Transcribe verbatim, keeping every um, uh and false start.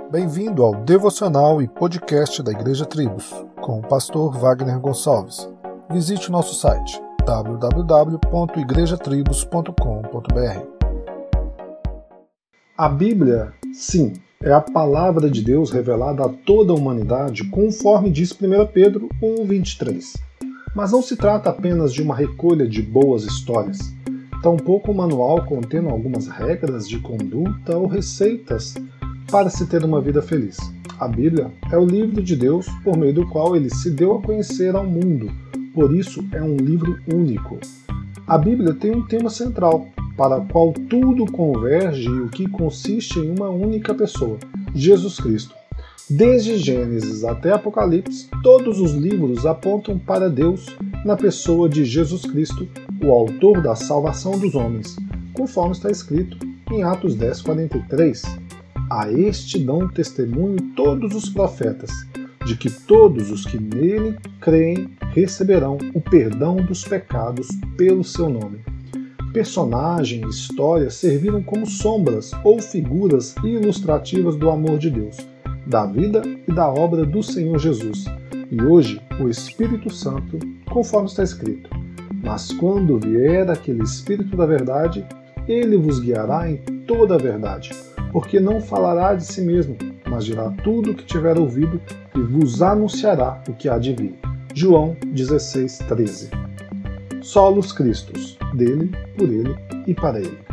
Bem-vindo ao devocional e podcast da Igreja Tribos, com o pastor Wagner Gonçalves. Visite o nosso site w w w ponto igreja tribos ponto com ponto b r. A Bíblia, sim, é a palavra de Deus revelada a toda a humanidade, conforme diz primeira Pedro um, vinte e três. Mas não se trata apenas de uma recolha de boas histórias, tampouco um manual contendo algumas regras de conduta ou receitas para se ter uma vida feliz. A Bíblia é o livro de Deus por meio do qual ele se deu a conhecer ao mundo, por isso é um livro único. A Bíblia tem um tema central, para o qual tudo converge e o que consiste em uma única pessoa, Jesus Cristo. Desde Gênesis até Apocalipse, todos os livros apontam para Deus na pessoa de Jesus Cristo, o autor da salvação dos homens, conforme está escrito em Atos dez, quarenta e três. A este dão testemunho todos os profetas, de que todos os que nele creem receberão o perdão dos pecados pelo seu nome. Personagem e história serviram como sombras ou figuras ilustrativas do amor de Deus, da vida e da obra do Senhor Jesus. E hoje, o Espírito Santo, conforme está escrito: mas quando vier aquele Espírito da verdade, ele vos guiará em toda a verdade, porque não falará de si mesmo, mas dirá tudo o que tiver ouvido e vos anunciará o que há de vir. João dezesseis, treze. Solos Christus, dele, por ele e para ele.